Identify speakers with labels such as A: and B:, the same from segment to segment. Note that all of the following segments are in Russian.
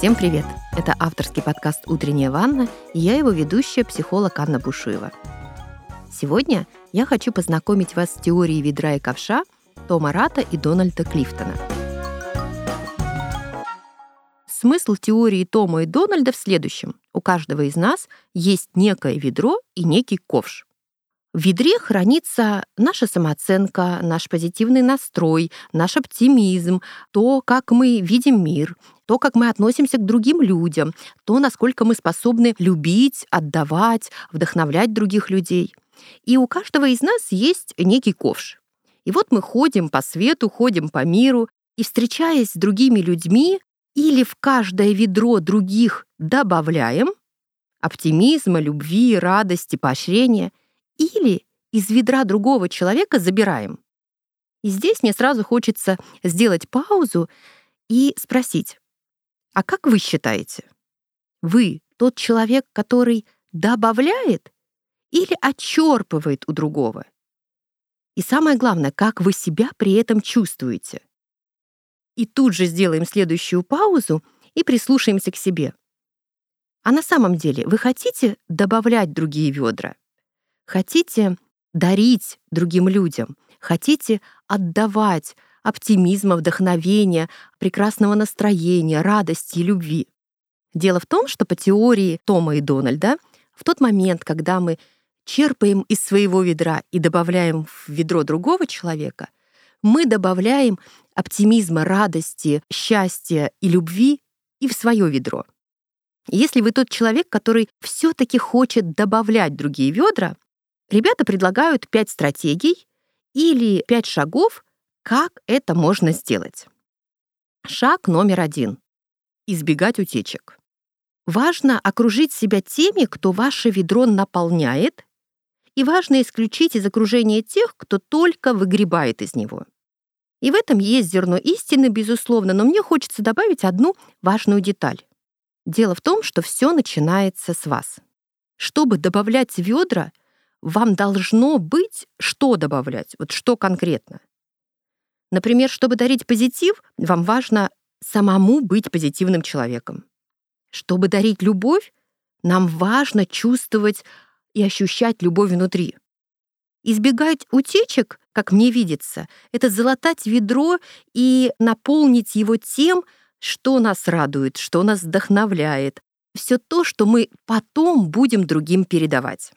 A: Всем привет! Это авторский подкаст «Утренняя ванна» и я его ведущая, психолог Анна Бушуева. Сегодня я хочу познакомить вас с теорией ведра и ковша Тома Ратта и Дональда Клифтона. Смысл теории Тома и Дональда в следующем. У каждого из нас есть некое ведро и некий ковш. В ведре хранится наша самооценка, наш позитивный настрой, наш оптимизм, то, как мы видим мир, то, как мы относимся к другим людям, то, насколько мы способны любить, отдавать, вдохновлять других людей. И у каждого из нас есть некий ковш. И вот мы ходим по свету, ходим по миру, и, встречаясь с другими людьми, или в каждое ведро других добавляем оптимизма, любви, радости, поощрения, или из ведра другого человека забираем. И здесь мне сразу хочется сделать паузу и спросить, а как вы считаете, вы тот человек, который добавляет или отчерпывает у другого? И самое главное, как вы себя при этом чувствуете? И тут же сделаем следующую паузу и прислушаемся к себе. А на самом деле вы хотите добавлять другие ведра? Хотите дарить другим людям? Хотите отдавать оптимизма, вдохновения, прекрасного настроения, радости и любви? Дело в том, что по теории Тома и Дональда, в тот момент, когда мы черпаем из своего ведра и добавляем в ведро другого человека, мы добавляем оптимизма, радости, счастья и любви и в свое ведро. Если вы тот человек, который все-таки хочет добавлять другие ведра, ребята предлагают 5 стратегий или 5 шагов, как это можно сделать. Шаг номер 1. Избегать утечек. Важно окружить себя теми, кто ваше ведро наполняет, и важно исключить из окружения тех, кто только выгребает из него. И в этом есть зерно истины, безусловно, но мне хочется добавить одну важную деталь. Дело в том, что все начинается с вас. Чтобы добавлять ведра, вам должно быть, что добавлять, вот что конкретно. Например, чтобы дарить позитив, вам важно самому быть позитивным человеком. Чтобы дарить любовь, нам важно чувствовать и ощущать любовь внутри. Избегать утечек, как мне видится, это залатать ведро и наполнить его тем, что нас радует, что нас вдохновляет. Все то, что мы потом будем другим передавать.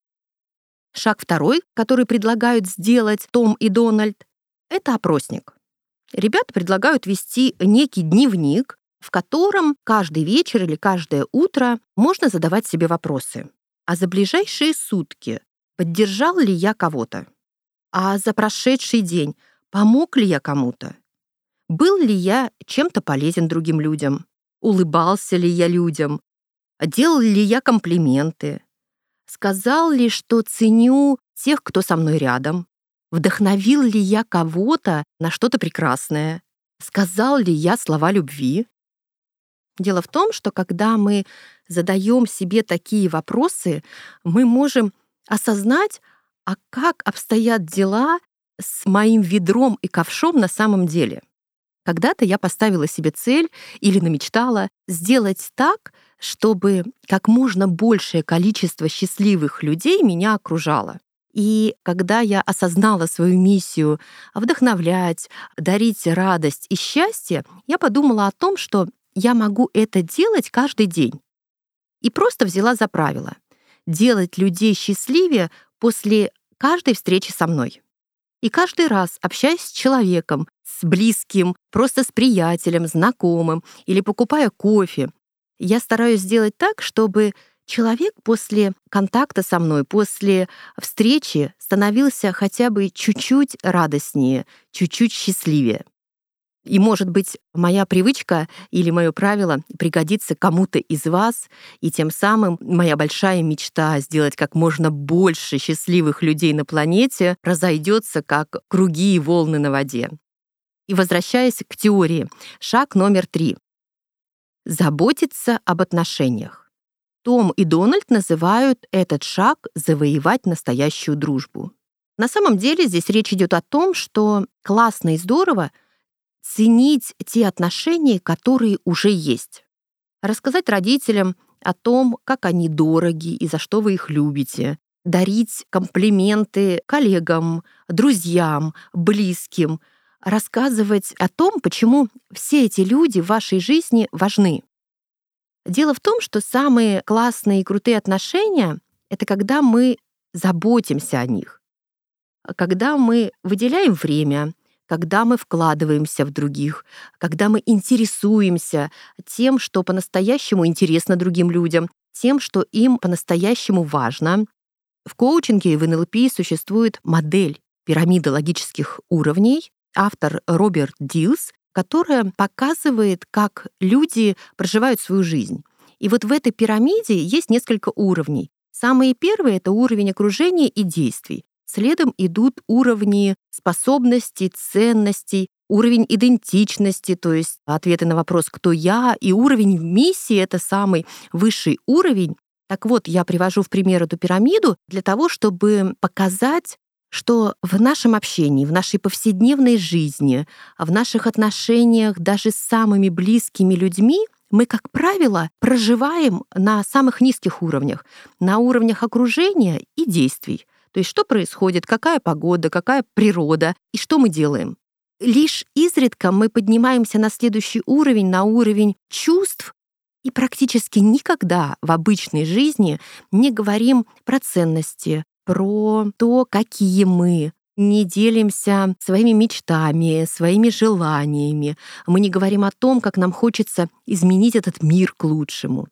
A: Шаг 2, который предлагают сделать Том и Дональд, это опросник. Ребята предлагают вести некий дневник, в котором каждый вечер или каждое утро можно задавать себе вопросы. А за ближайшие сутки поддержал ли я кого-то? А за прошедший день помог ли я кому-то? Был ли я чем-то полезен другим людям? Улыбался ли я людям? Делал ли я комплименты? Сказал ли, что ценю тех, кто со мной рядом? Вдохновил ли я кого-то на что-то прекрасное? Сказал ли я слова любви? Дело в том, что когда мы задаем себе такие вопросы, мы можем осознать, а как обстоят дела с моим ведром и ковшом на самом деле. Когда-то я поставила себе цель или намечтала сделать так, чтобы как можно большее количество счастливых людей меня окружало. И когда я осознала свою миссию вдохновлять, дарить радость и счастье, я подумала о том, что я могу это делать каждый день. И просто взяла за правило делать людей счастливее после каждой встречи со мной. И каждый раз, общаясь с человеком, с близким, просто с приятелем, знакомым или покупая кофе, я стараюсь сделать так, чтобы человек после контакта со мной, после встречи становился хотя бы чуть-чуть радостнее, чуть-чуть счастливее. И, может быть, моя привычка или мое правило пригодится кому-то из вас, и тем самым моя большая мечта сделать как можно больше счастливых людей на планете разойдется, как круги и волны на воде. И возвращаясь к теории, шаг номер 3. Заботиться об отношениях. Том и Дональд называют этот шаг «завоевать настоящую дружбу». На самом деле здесь речь идет о том, что классно и здорово ценить те отношения, которые уже есть. Рассказать родителям о том, как они дороги и за что вы их любите. Дарить комплименты коллегам, друзьям, близким. Рассказывать о том, почему все эти люди в вашей жизни важны. Дело в том, что самые классные и крутые отношения — это когда мы заботимся о них, когда мы выделяем время, когда мы вкладываемся в других, когда мы интересуемся тем, что по-настоящему интересно другим людям, тем, что им по-настоящему важно. В коучинге и в НЛП существует модель пирамиды логических уровней, автор Роберт Дилс, которая показывает, как люди проживают свою жизнь. И вот в этой пирамиде есть несколько уровней. Самые первые — это уровень окружения и действий. Следом идут уровни способностей, ценностей, уровень идентичности, то есть ответы на вопрос «кто я?», и уровень миссии — это самый высший уровень. Так вот, я привожу в пример эту пирамиду для того, чтобы показать, что в нашем общении, в нашей повседневной жизни, в наших отношениях даже с самыми близкими людьми мы, как правило, проживаем на самых низких уровнях, на уровнях окружения и действий. То есть что происходит, какая погода, какая природа и что мы делаем. Лишь изредка мы поднимаемся на следующий уровень, на уровень чувств, и практически никогда в обычной жизни не говорим про ценности, про то, какие мы, не делимся своими мечтами, своими желаниями. Мы не говорим о том, как нам хочется изменить этот мир к лучшему.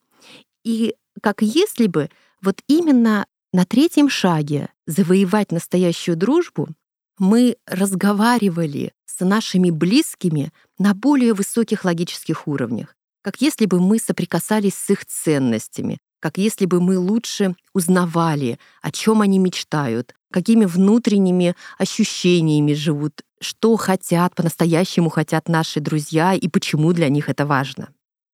A: И как если бы вот именно на третьем шаге завоевать настоящую дружбу мы разговаривали с нашими близкими на более высоких логических уровнях, как если бы мы соприкасались с их ценностями, как если бы мы лучше узнавали, о чем они мечтают, какими внутренними ощущениями живут, что хотят, по-настоящему хотят наши друзья и почему для них это важно.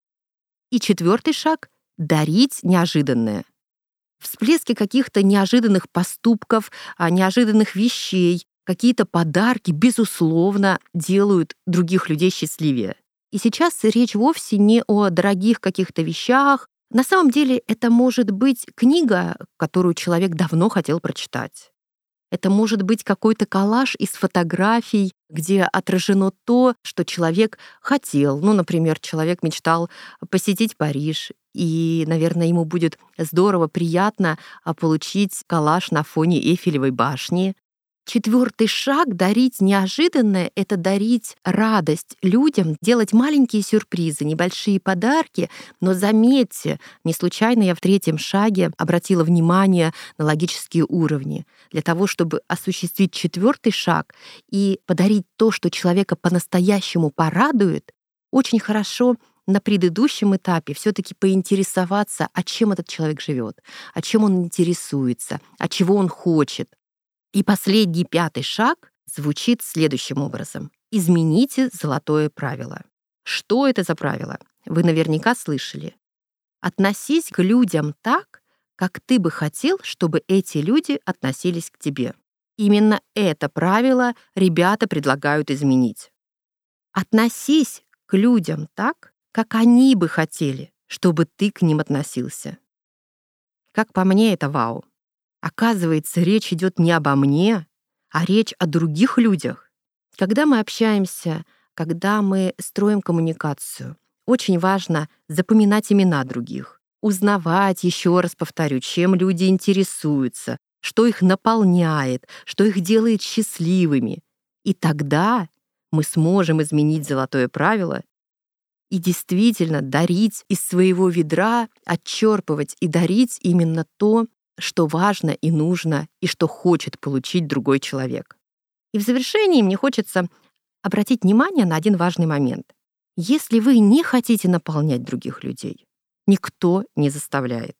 A: И четвертый шаг — дарить неожиданное. Всплески каких-то неожиданных поступков, неожиданных вещей, какие-то подарки, безусловно, делают других людей счастливее. И сейчас речь вовсе не о дорогих каких-то вещах. На самом деле это может быть книга, которую человек давно хотел прочитать. Это может быть какой-то коллаж из фотографий, где отражено то, что человек хотел. Ну, например, человек мечтал посетить Париж, и, наверное, ему будет здорово, приятно получить коллаж на фоне Эйфелевой башни. Четвертый шаг — дарить неожиданное — это дарить радость людям, делать маленькие сюрпризы, небольшие подарки. Но заметьте, не случайно я в третьем шаге обратила внимание на логические уровни. Для того, чтобы осуществить четвертый шаг и подарить то, что человека по-настоящему порадует, очень хорошо на предыдущем этапе все-таки поинтересоваться, а чем этот человек живет, о чем он интересуется, а чего он хочет. И последний, пятый шаг звучит следующим образом. Измените золотое правило. Что это за правило? Вы наверняка слышали. Относись к людям так, как ты бы хотел, чтобы эти люди относились к тебе. Именно это правило ребята предлагают изменить. Относись к людям так, как они бы хотели, чтобы ты к ним относился. Как по мне, это вау. Оказывается, речь идет не обо мне, а речь о других людях. Когда мы общаемся, когда мы строим коммуникацию, очень важно запоминать имена других, узнавать, еще раз повторю, чем люди интересуются, что их наполняет, что их делает счастливыми. И тогда мы сможем изменить золотое правило и действительно дарить из своего ведра, отчерпывать и дарить именно то, что важно и нужно, и что хочет получить другой человек. И в завершении мне хочется обратить внимание на один важный момент. Если вы не хотите наполнять других людей, никто не заставляет.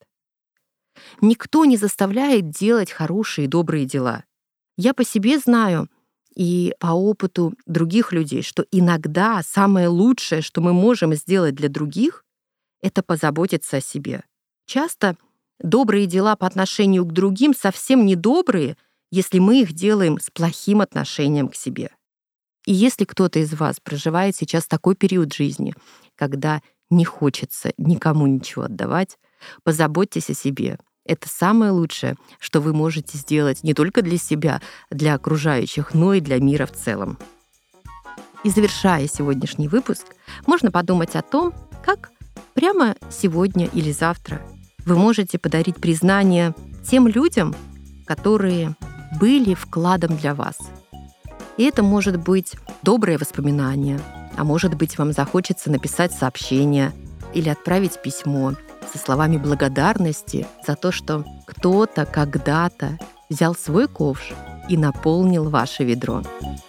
A: Никто не заставляет делать хорошие и добрые дела. Я по себе знаю и по опыту других людей, что иногда самое лучшее, что мы можем сделать для других, это позаботиться о себе. Часто добрые дела по отношению к другим совсем не добрые, если мы их делаем с плохим отношением к себе. И если кто-то из вас проживает сейчас такой период жизни, когда не хочется никому ничего отдавать, позаботьтесь о себе. Это самое лучшее, что вы можете сделать не только для себя, для окружающих, но и для мира в целом. И завершая сегодняшний выпуск, можно подумать о том, как прямо сегодня или завтра вы можете подарить признание тем людям, которые были вкладом для вас. И это может быть доброе воспоминание, а может быть, вам захочется написать сообщение или отправить письмо со словами благодарности за то, что кто-то когда-то взял свой ковш и наполнил ваше ведро.